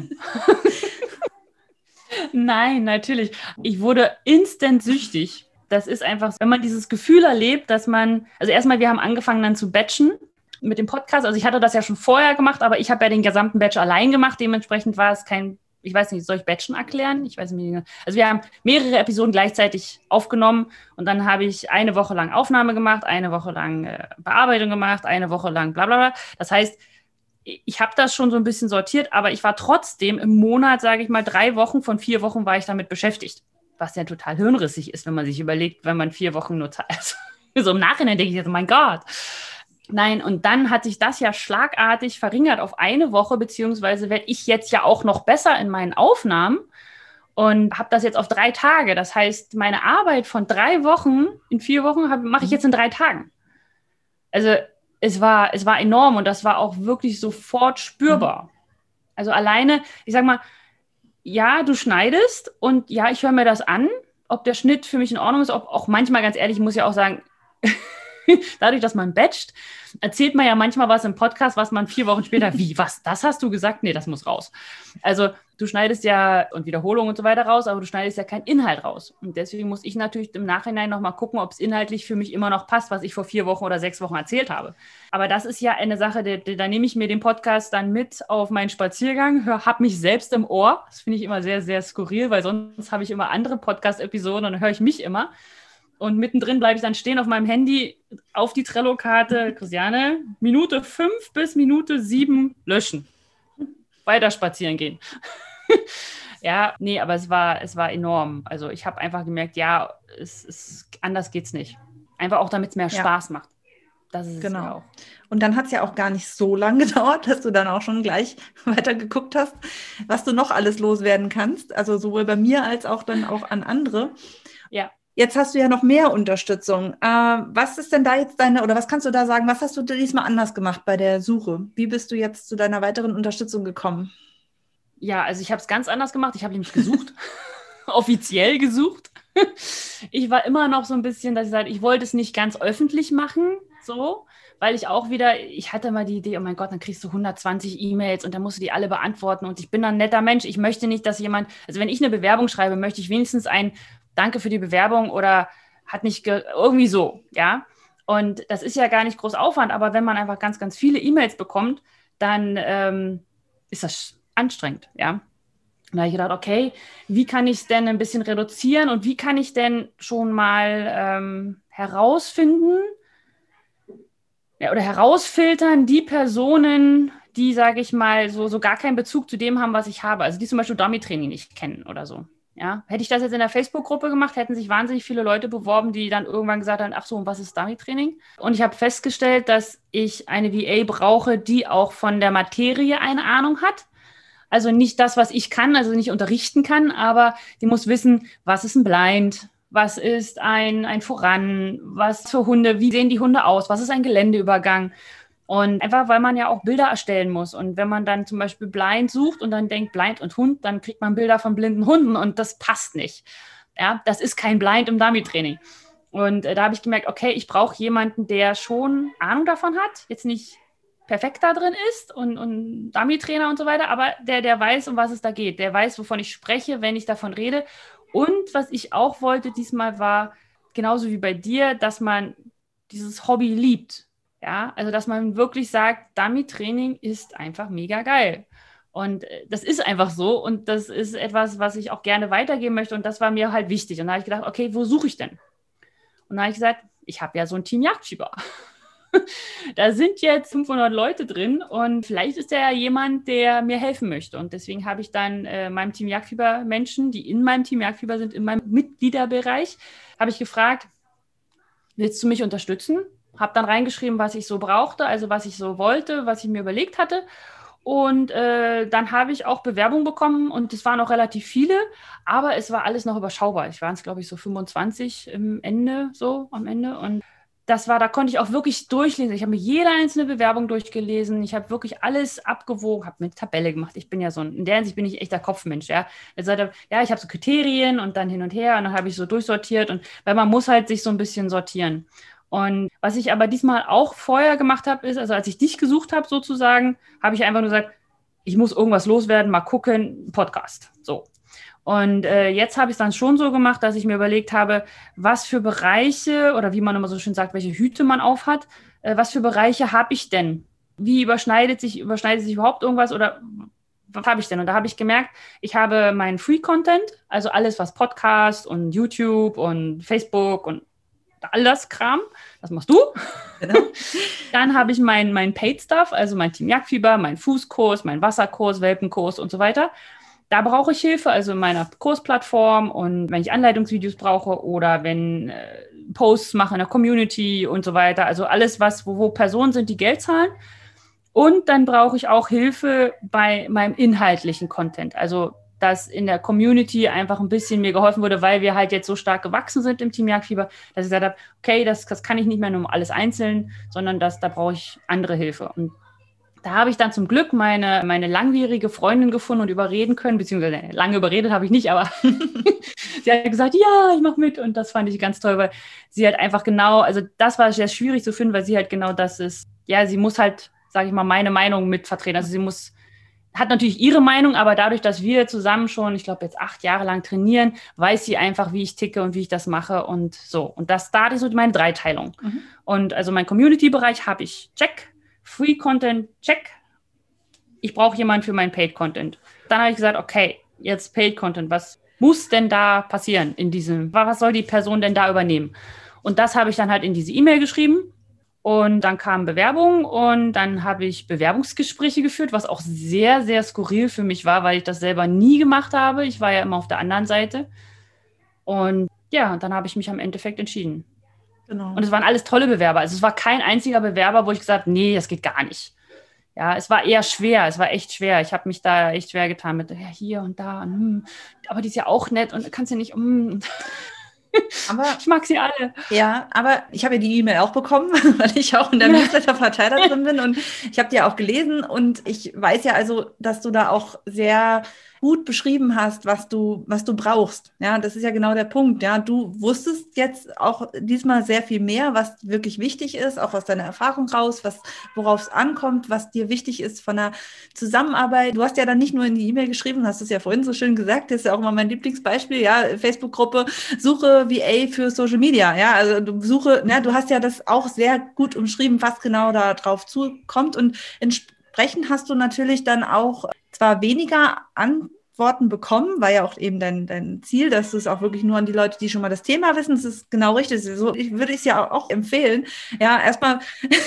nein, natürlich. Ich wurde instant süchtig. Das ist einfach, wenn man dieses Gefühl erlebt, dass man, also erstmal, wir haben angefangen dann zu batchen mit dem Podcast. Also ich hatte das ja schon vorher gemacht, aber ich habe ja den gesamten Batch allein gemacht. Dementsprechend war es ich weiß nicht, soll ich Batchen erklären? Ich weiß nicht. Also wir haben mehrere Episoden gleichzeitig aufgenommen und dann habe ich eine Woche lang Aufnahme gemacht, eine Woche lang Bearbeitung gemacht, eine Woche lang bla bla bla. Das heißt, ich habe das schon so ein bisschen sortiert, aber ich war trotzdem im Monat, sage ich mal, 3 Wochen von 4 Wochen war ich damit beschäftigt. Was ja total hirnrissig ist, wenn man sich überlegt, wenn man 4 Wochen nur Zeit. Also, so im Nachhinein denke ich jetzt, oh mein Gott. Nein, und dann hat sich das ja schlagartig verringert auf eine Woche, beziehungsweise werde ich jetzt ja auch noch besser in meinen Aufnahmen und habe das jetzt auf 3 Tage. Das heißt, meine Arbeit von 3 Wochen in 4 Wochen mache ich jetzt in 3 Tagen. Also es war enorm und das war auch wirklich sofort spürbar. Also alleine, ich sag mal, ja, du schneidest und ja, ich höre mir das an, ob der Schnitt für mich in Ordnung ist, ob auch manchmal, ganz ehrlich, ich muss ja auch sagen, dadurch, dass man batcht, erzählt man ja manchmal was im Podcast, was man 4 Wochen später, was, das hast du gesagt? Nee, das muss raus. Also du schneidest ja und Wiederholungen und so weiter raus, aber du schneidest ja keinen Inhalt raus. Und deswegen muss ich natürlich im Nachhinein nochmal gucken, ob es inhaltlich für mich immer noch passt, was ich vor 4 Wochen oder 6 Wochen erzählt habe. Aber das ist ja eine Sache, da nehme ich mir den Podcast dann mit auf meinen Spaziergang, habe mich selbst im Ohr. Das finde ich immer sehr, sehr skurril, weil sonst habe ich immer andere Podcast-Episoden und dann höre ich mich immer. Und mittendrin bleibe ich dann stehen auf meinem Handy auf die Trello-Karte. Christiane, Minute 5 bis Minute 7 löschen. Weiter spazieren gehen. Ja, nee, aber es war enorm. Also ich habe einfach gemerkt, ja, anders geht's nicht. Einfach auch, damit es mehr Spaß macht. Das ist es ja
Genau.
auch.
Und dann hat es ja auch gar nicht so lange gedauert, dass du dann auch schon gleich weiter geguckt hast, was du noch alles loswerden kannst. Also sowohl bei mir als auch dann auch an andere.
Ja.
Jetzt hast du ja noch mehr Unterstützung. Was ist denn da jetzt oder was kannst du da sagen, was hast du diesmal anders gemacht bei der Suche? Wie bist du jetzt zu deiner weiteren Unterstützung gekommen?
Ja, also ich habe es ganz anders gemacht. Ich habe nämlich gesucht, offiziell gesucht. Ich war immer noch so ein bisschen, dass ich sage, ich wollte es nicht ganz öffentlich machen, so, weil ich hatte mal die Idee, oh mein Gott, dann kriegst du 120 E-Mails und dann musst du die alle beantworten und ich bin ein netter Mensch. Ich möchte nicht, dass also wenn ich eine Bewerbung schreibe, möchte ich wenigstens ein Danke für die Bewerbung oder irgendwie so, ja. Und das ist ja gar nicht groß Aufwand, aber wenn man einfach ganz, ganz viele E-Mails bekommt, dann ist das anstrengend, ja. Und da habe ich gedacht, okay, wie kann ich es denn ein bisschen reduzieren und wie kann ich denn schon mal herausfinden oder herausfiltern die Personen, die, sage ich mal, so gar keinen Bezug zu dem haben, was ich habe. Also die zum Beispiel Dummy-Training nicht kennen oder so. Ja, hätte ich das jetzt in der Facebook-Gruppe gemacht, hätten sich wahnsinnig viele Leute beworben, die dann irgendwann gesagt haben, ach so, und was ist Dummy-Training? Und ich habe festgestellt, dass ich eine VA brauche, die auch von der Materie eine Ahnung hat. Also nicht das, was ich kann, also nicht unterrichten kann, aber die muss wissen, was ist ein Blind, was ist ein Voran, was für Hunde, wie sehen die Hunde aus, was ist ein Geländeübergang. Und einfach, weil man ja auch Bilder erstellen muss. Und wenn man dann zum Beispiel Blind sucht und dann denkt Blind und Hund, dann kriegt man Bilder von blinden Hunden und das passt nicht. Ja, das ist kein Blind im Dummy-Training. Und da habe ich gemerkt, okay, ich brauche jemanden, der schon Ahnung davon hat, jetzt nicht perfekt da drin ist und Dummy-Trainer und so weiter, aber der weiß, um was es da geht. Der weiß, wovon ich spreche, wenn ich davon rede. Und was ich auch wollte diesmal war, genauso wie bei dir, dass man dieses Hobby liebt. Ja, also dass man wirklich sagt, Dummy-Training ist einfach mega geil. Und das ist einfach so und das ist etwas, was ich auch gerne weitergeben möchte und das war mir halt wichtig. Und da habe ich gedacht, okay, wo suche ich denn? Und da habe ich gesagt, ich habe ja so ein Team Jagdfieber. Da sind jetzt 500 Leute drin und vielleicht ist da ja jemand, der mir helfen möchte. Und deswegen habe ich dann meinem Team Jagdfieber Menschen, die in meinem Team Jagdfieber sind, in meinem Mitgliederbereich, habe ich gefragt, willst du mich unterstützen? Habe dann reingeschrieben, was ich so brauchte, also was ich so wollte, was ich mir überlegt hatte. Und dann habe ich auch Bewerbungen bekommen und es waren auch relativ viele, aber es war alles noch überschaubar. Ich waren es, glaube ich, so 25 am Ende. Und da konnte ich auch wirklich durchlesen. Ich habe mir jede einzelne Bewerbung durchgelesen. Ich habe wirklich alles abgewogen, habe mir eine Tabelle gemacht. Ich bin ja in der Hinsicht bin ich echter Kopfmensch, ja. Ich habe so Kriterien und dann hin und her und dann habe ich so durchsortiert weil man muss halt sich so ein bisschen sortieren. Und was ich aber diesmal auch vorher gemacht habe, ist, also als ich dich gesucht habe sozusagen, habe ich einfach nur gesagt, ich muss irgendwas loswerden, mal gucken, Podcast, so. Und jetzt habe ich es dann schon so gemacht, dass ich mir überlegt habe, was für Bereiche oder wie man immer so schön sagt, welche Hüte man aufhat, was für Bereiche habe ich denn? Wie überschneidet sich überhaupt irgendwas oder was habe ich denn? Und da habe ich gemerkt, ich habe meinen Free-Content, also alles, was Podcast und YouTube und Facebook und all das Kram, das machst du. Genau. Dann habe ich mein Paid-Stuff, also mein Team Jagdfieber, mein Fußkurs, mein Wasserkurs, Welpenkurs und so weiter. Da brauche ich Hilfe, also in meiner Kursplattform und wenn ich Anleitungsvideos brauche oder wenn Posts mache in der Community und so weiter. Also alles, wo Personen sind, die Geld zahlen. Und dann brauche ich auch Hilfe bei meinem inhaltlichen Content. Also dass in der Community einfach ein bisschen mir geholfen wurde, weil wir halt jetzt so stark gewachsen sind im Team Jagdfieber, dass ich gesagt habe, okay, das kann ich nicht mehr nur alles einzeln, sondern da brauche ich andere Hilfe. Und da habe ich dann zum Glück meine langjährige Freundin gefunden und überreden können, beziehungsweise lange überredet habe ich nicht, aber sie hat gesagt, ja, ich mache mit und das fand ich ganz toll, weil sie halt einfach genau, also das war sehr schwierig zu finden, weil sie halt genau das ist, ja, sie muss halt, sage ich mal, meine Meinung mit vertreten, also hat natürlich ihre Meinung, aber dadurch, dass wir zusammen schon, ich glaube, jetzt 8 Jahre lang trainieren, weiß sie einfach, wie ich ticke und wie ich das mache und so. Und da hatte ich so meine Dreiteilung. Mhm. Und also mein Community-Bereich habe ich check, Free-Content check, ich brauche jemanden für meinen Paid-Content. Dann habe ich gesagt, okay, jetzt Paid-Content, was muss denn da passieren was soll die Person denn da übernehmen? Und das habe ich dann halt in diese E-Mail geschrieben. Und dann kamen Bewerbungen und dann habe ich Bewerbungsgespräche geführt, was auch sehr, sehr skurril für mich war, weil ich das selber nie gemacht habe. Ich war ja immer auf der anderen Seite. Und ja, dann habe ich mich am Endeffekt entschieden.
Genau.
Und es waren alles tolle Bewerber. Also es war kein einziger Bewerber, wo ich gesagt habe, nee, das geht gar nicht. Ja, es war eher schwer, es war echt schwer. Ich habe mich da echt schwer getan mit, ja, hier und da. Und, aber die ist ja auch nett und kannst ja nicht.
Aber
ich mag sie alle.
ja, aber ich habe ja die E-Mail auch bekommen, weil ich auch in der Newsletter-Partei da drin bin und ich habe die auch gelesen und ich weiß ja also, dass du da auch sehr gut beschrieben hast, was du brauchst. Ja, das ist ja genau der Punkt. Ja, du wusstest jetzt auch diesmal sehr viel mehr, was wirklich wichtig ist, auch aus deiner Erfahrung raus, worauf es ankommt, was dir wichtig ist von der Zusammenarbeit. Du hast ja dann nicht nur in die E-Mail geschrieben, hast es ja vorhin so schön gesagt, das ist ja auch immer mein Lieblingsbeispiel, ja, Facebook-Gruppe, suche VA für Social Media, ja, also du hast ja das auch sehr gut umschrieben, was genau da drauf zukommt und entsprechend hast du natürlich dann auch zwar weniger Antworten bekommen, war ja auch eben dein Ziel, dass du es auch wirklich nur an die Leute, die schon mal das Thema wissen, das ist genau richtig. So würde ich es ja auch empfehlen. Ja, erstmal,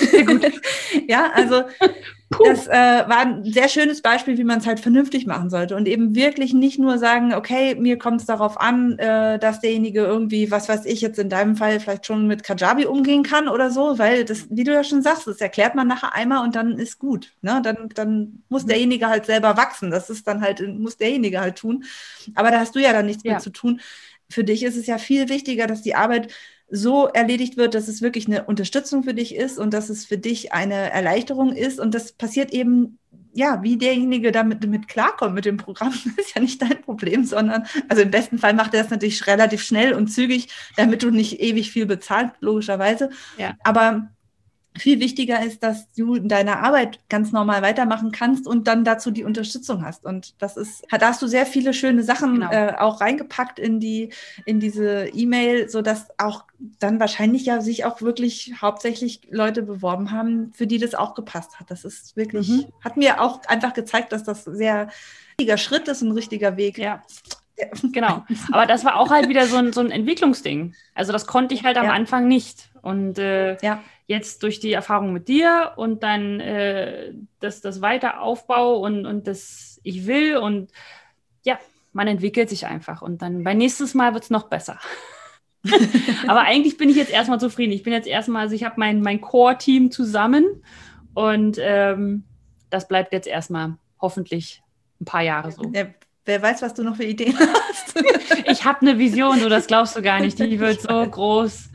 ja, also das war ein sehr schönes Beispiel, wie man es halt vernünftig machen sollte und eben wirklich nicht nur sagen, okay, mir kommt es darauf an, dass derjenige irgendwie, was weiß ich, jetzt in deinem Fall vielleicht schon mit Kajabi umgehen kann oder so, weil das, wie du ja schon sagst, das erklärt man nachher einmal und dann ist gut. Ne? Dann muss derjenige halt selber wachsen. Das ist dann halt, muss derjenige halt tun. Aber da hast du ja dann nichts mit zu tun. Für dich ist es ja viel wichtiger, dass die Arbeit so erledigt wird, dass es wirklich eine Unterstützung für dich ist und dass es für dich eine Erleichterung ist. Und das passiert eben, ja, wie derjenige damit klarkommt mit dem Programm, das ist ja nicht dein Problem, sondern, also im besten Fall macht er das natürlich relativ schnell und zügig, damit du nicht ewig viel bezahlst, logischerweise. Ja. Aber viel wichtiger ist, dass du in deiner Arbeit ganz normal weitermachen kannst und dann dazu die Unterstützung hast. Und da hast du sehr viele schöne Sachen auch reingepackt in diese E-Mail, sodass auch dann wahrscheinlich ja sich auch wirklich hauptsächlich Leute beworben haben, für die das auch gepasst hat. Das ist wirklich, hat mir auch einfach gezeigt, dass das ein sehr richtiger Schritt ist, ein richtiger Weg.
Ja. Genau, aber das war auch halt wieder so ein Entwicklungsding. Also das konnte ich halt am Anfang nicht. Und jetzt durch die Erfahrung mit dir und dann das Weiteraufbau und das ich will und ja, man entwickelt sich einfach und dann beim nächsten Mal wird es noch besser. Aber eigentlich bin ich jetzt erstmal zufrieden. Ich bin jetzt erstmal, also ich habe mein Core-Team zusammen und das bleibt jetzt erstmal hoffentlich ein paar Jahre so.
Ja. Wer weiß, was du noch für Ideen hast.
Ich habe eine Vision, das glaubst du gar nicht. Die wird so groß.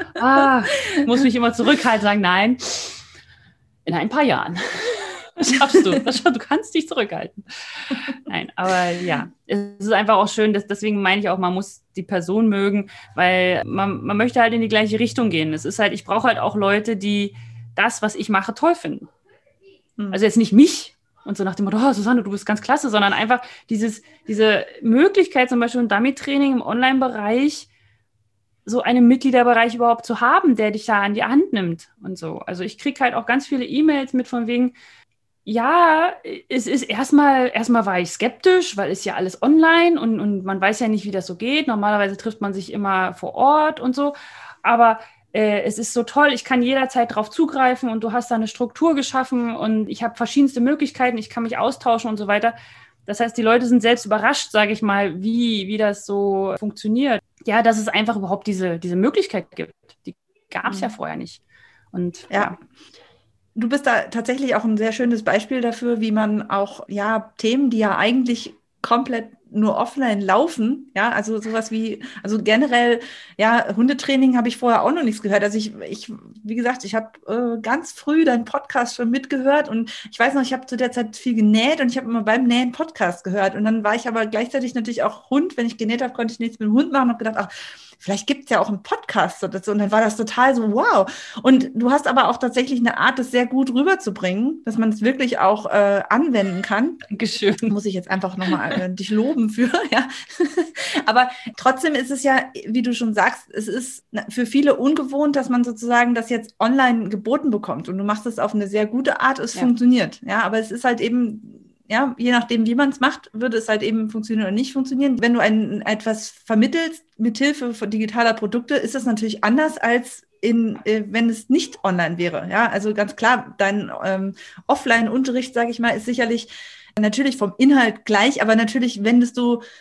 Muss mich immer zurückhalten, sagen, nein, in ein paar Jahren. Das schaffst du. Du kannst dich zurückhalten. Nein, aber ja, es ist einfach auch schön, deswegen meine ich auch, man muss die Person mögen, weil man möchte halt in die gleiche Richtung gehen. Es ist halt, ich brauche halt auch Leute, die das, was ich mache, toll finden. Also jetzt nicht mich, und so nach dem Motto, oh, Susanne, du bist ganz klasse, sondern einfach diese Möglichkeit, zum Beispiel ein Dummy-Training im Online-Bereich, so einen Mitgliederbereich überhaupt zu haben, der dich da an die Hand nimmt und so. Also ich kriege halt auch ganz viele E-Mails mit von wegen, ja, es ist erstmal war ich skeptisch, weil es ja alles online und man weiß ja nicht, wie das so geht. Normalerweise trifft man sich immer vor Ort und so, aber es ist so toll, ich kann jederzeit drauf zugreifen und du hast da eine Struktur geschaffen und ich habe verschiedenste Möglichkeiten, ich kann mich austauschen und so weiter. Das heißt, die Leute sind selbst überrascht, sage ich mal, wie das so funktioniert. Ja, dass es einfach überhaupt diese Möglichkeit gibt. Die gab es ja vorher nicht. Und
ja. Du bist da tatsächlich auch ein sehr schönes Beispiel dafür, wie man auch Themen, die ja eigentlich komplett nur offline laufen, ja, also sowas wie, also generell, Hundetraining habe ich vorher auch noch nichts gehört. Also ich wie gesagt, ich habe ganz früh deinen Podcast schon mitgehört und ich weiß noch, ich habe zu der Zeit viel genäht und ich habe immer beim Nähen Podcast gehört und dann war ich aber gleichzeitig natürlich auch Hund, wenn ich genäht habe, konnte ich nichts mit dem Hund machen und habe gedacht, vielleicht gibt es ja auch einen Podcast oder so. Und dann war das total so, wow. Und du hast aber auch tatsächlich eine Art, das sehr gut rüberzubringen, dass man es wirklich auch anwenden kann.
Dankeschön.
Muss ich jetzt einfach nochmal dich loben für, ja. Aber trotzdem ist es ja, wie du schon sagst, es ist für viele ungewohnt, dass man sozusagen das jetzt online geboten bekommt. Und du machst es auf eine sehr gute Art, es funktioniert. Ja, aber es ist halt eben, ja, je nachdem, wie man es macht, würde es halt eben funktionieren oder nicht funktionieren. Wenn du etwas vermittelst mit Hilfe von digitaler Produkte, ist das natürlich anders als wenn es nicht online wäre. Ja, also ganz klar, dein Offline-Unterricht, sage ich mal, ist sicherlich natürlich vom Inhalt gleich, aber natürlich wendest du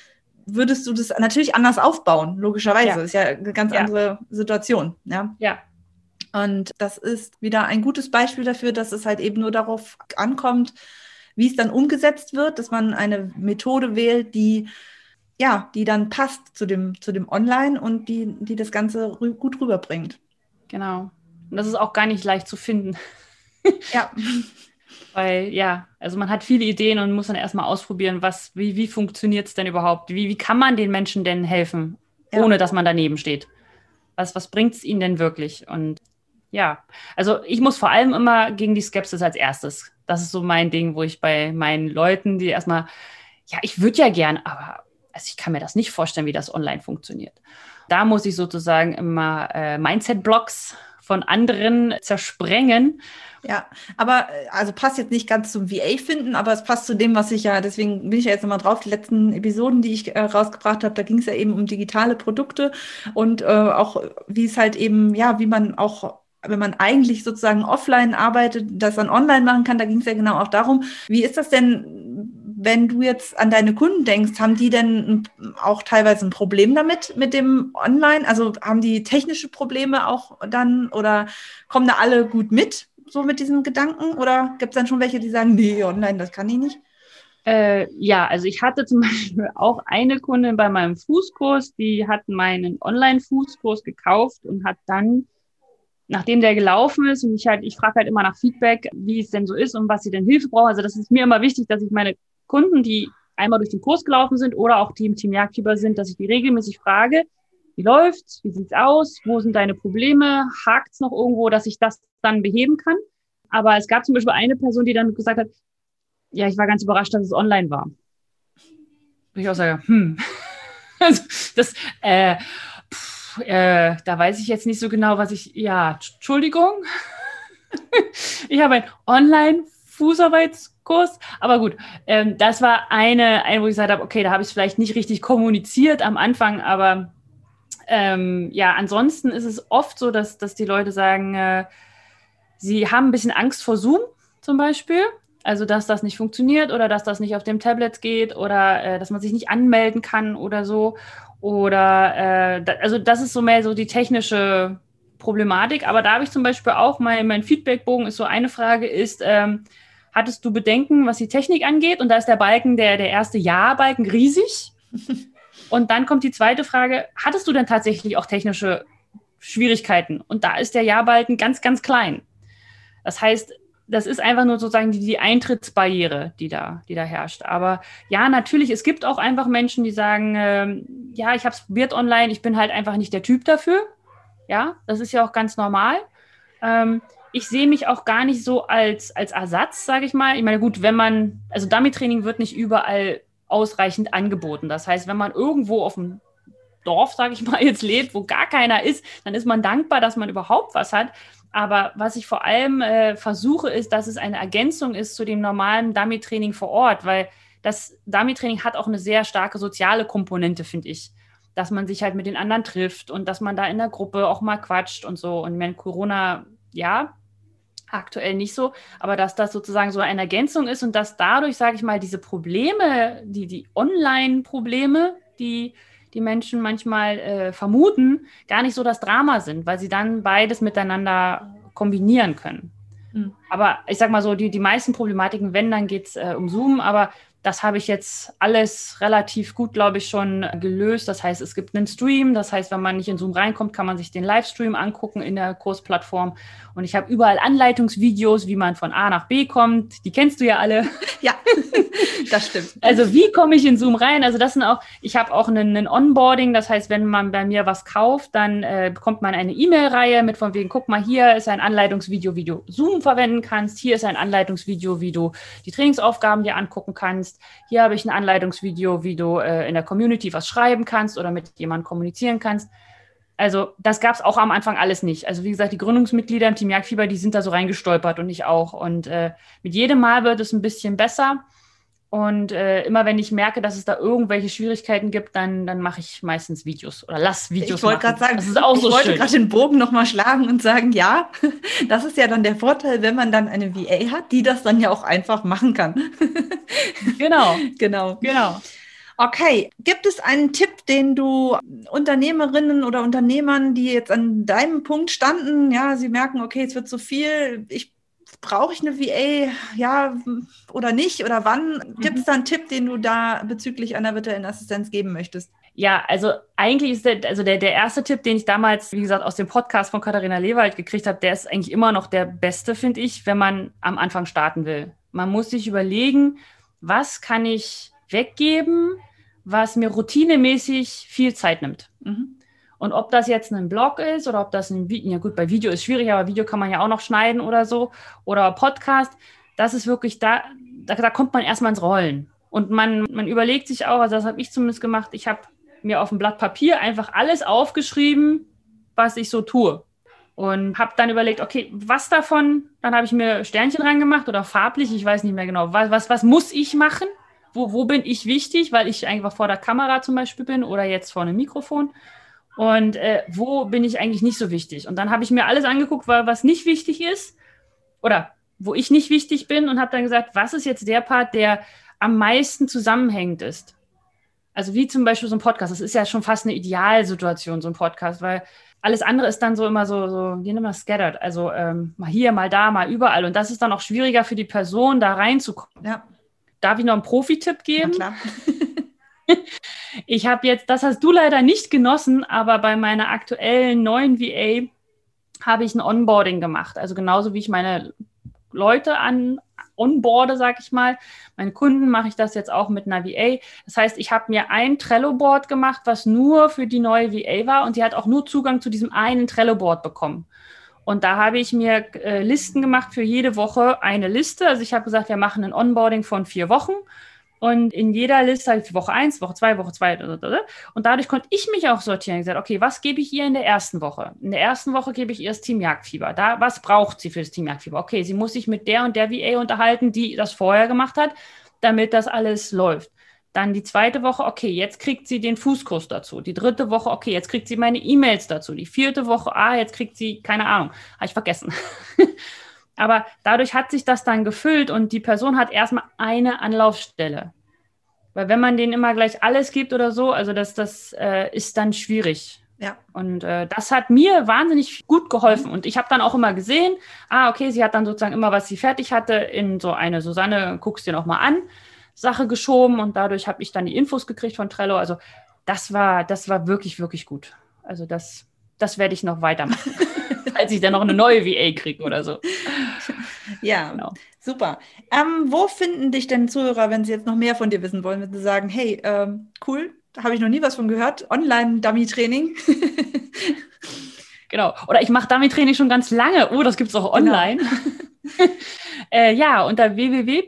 würdest du das natürlich anders aufbauen, logischerweise.
Ja.
Ist ja eine ganz andere Situation. Ja.
Ja.
Und das ist wieder ein gutes Beispiel dafür, dass es halt eben nur darauf ankommt, wie es dann umgesetzt wird, dass man eine Methode wählt, die dann passt zu dem Online und die das Ganze gut rüberbringt.
Genau. Und das ist auch gar nicht leicht zu finden.
Ja.
Weil, also man hat viele Ideen und muss dann erstmal ausprobieren, wie funktioniert es denn überhaupt? Wie kann man den Menschen denn helfen, ohne dass man daneben steht? Was bringt es ihnen denn wirklich? Und also ich muss vor allem immer gegen die Skepsis als erstes. Das ist so mein Ding, wo ich bei meinen Leuten, die erstmal, ich würde ja gern, aber ich kann mir das nicht vorstellen, wie das online funktioniert. Da muss ich sozusagen immer Mindset-Blocks von anderen zersprengen.
Ja, aber also passt jetzt nicht ganz zum VA finden, aber es passt zu dem, was deswegen bin ich ja jetzt nochmal drauf, die letzten Episoden, die ich rausgebracht habe, da ging es ja eben um digitale Produkte und auch wie es halt eben, wie man auch, wenn man eigentlich sozusagen offline arbeitet, das dann online machen kann, da ging es ja genau auch darum, wie ist das denn, wenn du jetzt an deine Kunden denkst, haben die denn auch teilweise ein Problem damit, mit dem Online? Also haben die technische Probleme auch dann oder kommen da alle gut mit, so mit diesem Gedanken? Oder gibt es dann schon welche, die sagen, nee, online, das kann ich nicht?
Also ich hatte zum Beispiel auch eine Kundin bei meinem Fußkurs, die hat meinen Online-Fußkurs gekauft und hat dann, nachdem der gelaufen ist, und ich frage halt immer nach Feedback, wie es denn so ist und was sie denn Hilfe brauchen. Also das ist mir immer wichtig, dass ich meine Kunden, die einmal durch den Kurs gelaufen sind oder auch die im Team Jagdfieber sind, dass ich die regelmäßig frage, wie läuft's, wie sieht's aus, wo sind deine Probleme, hakt's noch irgendwo, dass ich das dann beheben kann. Aber es gab zum Beispiel eine Person, die dann gesagt hat, ich war ganz überrascht, dass es online war. Wo ich auch sage, also das, da weiß ich jetzt nicht so genau, Entschuldigung. Ich habe einen Online-Fußarbeitskurs, aber gut, das war eine, wo ich gesagt habe, okay, da habe ich es vielleicht nicht richtig kommuniziert am Anfang, aber ansonsten ist es oft so, dass die Leute sagen, sie haben ein bisschen Angst vor Zoom zum Beispiel, also dass das nicht funktioniert oder dass das nicht auf dem Tablet geht oder dass man sich nicht anmelden kann oder so. Oder also das ist so mehr so die technische Problematik. Aber da habe ich zum Beispiel auch mein Feedbackbogen ist so eine Frage ist, hattest du Bedenken, was die Technik angeht? Und da ist der Balken, der erste Ja-Balken riesig. Und dann kommt die zweite Frage, hattest du denn tatsächlich auch technische Schwierigkeiten? Und da ist der Ja-Balken ganz, ganz klein. Das heißt, das ist einfach nur sozusagen die Eintrittsbarriere, die da herrscht. Aber ja, natürlich, es gibt auch einfach Menschen, die sagen, ich habe es probiert online, ich bin halt einfach nicht der Typ dafür. Ja, das ist ja auch ganz normal. Ich sehe mich auch gar nicht so als Ersatz, sage ich mal. Ich meine, gut, also Dummy-Training wird nicht überall ausreichend angeboten. Das heißt, wenn man irgendwo auf dem Dorf, sage ich mal, jetzt lebt, wo gar keiner ist, dann ist man dankbar, dass man überhaupt was hat. Aber was ich vor allem versuche, ist, dass es eine Ergänzung ist zu dem normalen Dummy-Training vor Ort, weil das Dummy-Training hat auch eine sehr starke soziale Komponente, finde ich. Dass man sich halt mit den anderen trifft und dass man da in der Gruppe auch mal quatscht und so. Und wenn Corona, aktuell nicht so, aber dass das sozusagen so eine Ergänzung ist und dass dadurch, sage ich mal, diese Probleme, die Online-Probleme, die Menschen manchmal vermuten, gar nicht so das Drama sind, weil sie dann beides miteinander kombinieren können. Aber ich sag mal so, die meisten Problematiken, wenn, dann geht es um Zoom, aber das habe ich jetzt alles relativ gut, glaube ich, schon gelöst. Das heißt, es gibt einen Stream. Das heißt, wenn man nicht in Zoom reinkommt, kann man sich den Livestream angucken in der Kursplattform. Und ich habe überall Anleitungsvideos, wie man von A nach B kommt. Die kennst du ja alle.
Ja, das stimmt.
Also wie komme ich in Zoom rein? Also das sind auch, ich habe auch einen Onboarding. Das heißt, wenn man bei mir was kauft, dann bekommt man eine E-Mail-Reihe mit von wegen, guck mal, hier ist ein Anleitungsvideo, wie du Zoom verwenden kannst. Hier ist ein Anleitungsvideo, wie du die Trainingsaufgaben dir angucken kannst. Hier habe ich ein Anleitungsvideo, wie du in der Community was schreiben kannst oder mit jemandem kommunizieren kannst. Also das gab es auch am Anfang alles nicht. Also wie gesagt, die Gründungsmitglieder im Team Jagdfieber, die sind da so reingestolpert und ich auch. Und mit jedem Mal wird es ein bisschen besser. Und immer wenn ich merke, dass es da irgendwelche Schwierigkeiten gibt, dann mache ich meistens Videos oder lass Videos machen.
Ich wollte gerade sagen,
das ist auch so schön.
Ich wollte gerade den Bogen nochmal schlagen und sagen, ja, das ist ja dann der Vorteil, wenn man dann eine VA hat, die das dann ja auch einfach machen kann.
Genau.
Genau. Okay, gibt es einen Tipp, den du Unternehmerinnen oder Unternehmern, die jetzt an deinem Punkt standen, ja, sie merken, okay, es wird zu viel, brauche ich eine VA, ja, oder nicht, oder wann? Gibt es da einen Tipp, den du da bezüglich einer virtuellen Assistenz geben möchtest?
Ja, also eigentlich ist der erste Tipp, den ich damals, wie gesagt, aus dem Podcast von Katharina Lewald gekriegt habe, der ist eigentlich immer noch der beste, finde ich, wenn man am Anfang starten will. Man muss sich überlegen, was kann ich weggeben, was mir routinemäßig viel Zeit nimmt. Mhm. Und ob das jetzt ein Blog ist oder ob das ein Video, ja gut, bei Video ist schwierig, aber Video kann man ja auch noch schneiden oder so, oder Podcast, das ist wirklich, da kommt man erstmal ins Rollen. Und man überlegt sich auch, also das habe ich zumindest gemacht, ich habe mir auf ein Blatt Papier einfach alles aufgeschrieben, was ich so tue. Und habe dann überlegt, okay, was davon, dann habe ich mir Sternchen reingemacht oder farblich, ich weiß nicht mehr genau, was muss ich machen? Wo bin ich wichtig, weil ich einfach vor der Kamera zum Beispiel bin oder jetzt vor einem Mikrofon. Und wo bin ich eigentlich nicht so wichtig? Und dann habe ich mir alles angeguckt, was nicht wichtig ist oder wo ich nicht wichtig bin und habe dann gesagt, was ist jetzt der Part, der am meisten zusammenhängend ist? Also wie zum Beispiel so ein Podcast. Das ist ja schon fast eine Idealsituation, so ein Podcast, weil alles andere ist dann so immer so wie nennt man das, scattered. Also mal hier, mal da, mal überall. Und das ist dann auch schwieriger für die Person, da reinzukommen. Ja. Darf ich noch einen Profi-Tipp geben?
Na klar.
Ich habe jetzt, das hast du leider nicht genossen, aber bei meiner aktuellen neuen VA habe ich ein Onboarding gemacht. Also genauso wie ich meine Leute onboarde, sag ich mal. Meine Kunden mache ich das jetzt auch mit einer VA. Das heißt, ich habe mir ein Trello-Board gemacht, was nur für die neue VA war und die hat auch nur Zugang zu diesem einen Trello-Board bekommen. Und da habe ich mir Listen gemacht für jede Woche eine Liste. Also ich habe gesagt, wir machen ein Onboarding von 4 Wochen. Und in jeder Liste habe ich Woche 1, Woche 2, Woche 2. Und dadurch konnte ich mich auch sortieren. Ich gesagt, okay, was gebe ich ihr in der ersten Woche? In der ersten Woche gebe ich ihr das Team Jagdfieber. Was braucht sie für das Team Jagdfieber? Okay, sie muss sich mit der und der VA unterhalten, die das vorher gemacht hat, damit das alles läuft. Dann die zweite Woche, okay, jetzt kriegt sie den Fußkurs dazu. Die dritte Woche, okay, jetzt kriegt sie meine E-Mails dazu. Die vierte Woche, jetzt kriegt sie, keine Ahnung, habe ich vergessen. Aber dadurch hat sich das dann gefüllt und die Person hat erstmal eine Anlaufstelle. Weil wenn man denen immer gleich alles gibt oder so, also das ist dann schwierig. Ja. Und das hat mir wahnsinnig gut geholfen. Und ich habe dann auch immer gesehen, okay, sie hat dann sozusagen immer, was sie fertig hatte, in so eine Susanne, guck's dir noch mal an, Sache geschoben. Und dadurch habe ich dann die Infos gekriegt von Trello. Also das war wirklich, wirklich gut. Also das werde ich noch weitermachen. Als ich dann noch eine neue VA kriege oder so.
Ja, genau. Super. Wo finden dich denn Zuhörer, wenn sie jetzt noch mehr von dir wissen wollen, wenn sie sagen, hey, cool, da habe ich noch nie was von gehört, Online-Dummy-Training.
Genau. Oder ich mache Dummy-Training schon ganz lange. Oh, das gibt es auch online. Genau. Unter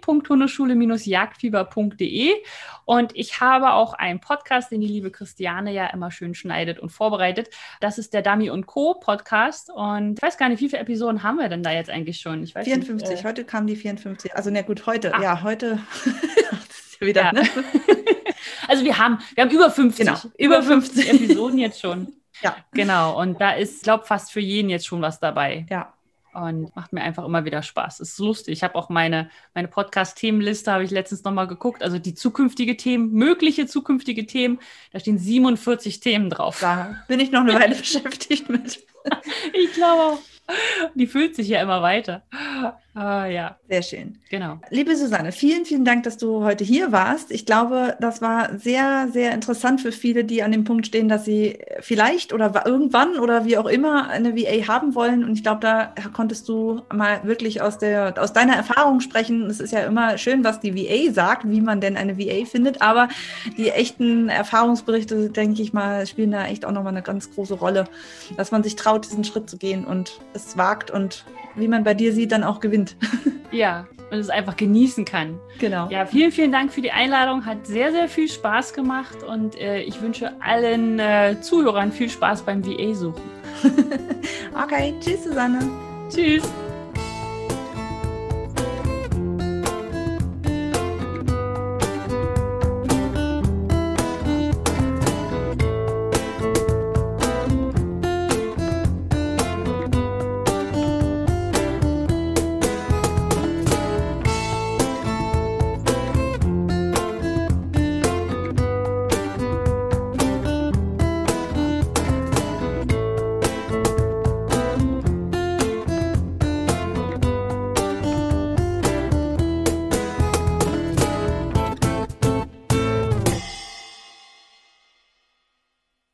www.hundeschule-jagdfieber.de. Und ich habe auch einen Podcast, den die liebe Christiane ja immer schön schneidet und vorbereitet. Das ist der Dummy & Co. Podcast. Und ich weiß gar nicht, wie viele Episoden haben wir denn da jetzt eigentlich schon? Ich weiß
54. Nicht, heute kam die 54. Also na gut, heute. Ja, heute.
Das ist wieder, ja. Ne? Also wir haben über 50. Genau. Über 50 Episoden jetzt schon. Ja. Genau. Und da ist, ich glaube, fast für jeden jetzt schon was dabei.
Ja.
Und macht mir einfach immer wieder Spaß. Es ist lustig. Ich habe auch meine Podcast-Themenliste, habe ich letztens nochmal geguckt. Also die mögliche zukünftige Themen, da stehen 47 Themen drauf.
Da bin ich noch eine Weile beschäftigt mit.
Ich glaube auch. Die füllt sich ja immer weiter. Ja.
Sehr schön.
Genau.
Liebe Susanne, vielen, vielen Dank, dass du heute hier warst. Ich glaube, das war sehr, sehr interessant für viele, die an dem Punkt stehen, dass sie vielleicht oder irgendwann oder wie auch immer eine VA haben wollen. Und ich glaube, da konntest du mal wirklich aus deiner Erfahrung sprechen. Es ist ja immer schön, was die VA sagt, wie man denn eine VA findet. Aber die echten Erfahrungsberichte, denke ich mal, spielen da echt auch nochmal eine ganz große Rolle, dass man sich traut, diesen Schritt zu gehen und es wagt und wie man bei dir sieht, dann auch gewinnt.
Ja, und es einfach genießen kann.
Genau.
Ja, vielen, vielen Dank für die Einladung. Hat sehr, sehr viel Spaß gemacht und ich wünsche allen Zuhörern viel Spaß beim VA-Suchen.
Okay, tschüss Susanne.
Tschüss.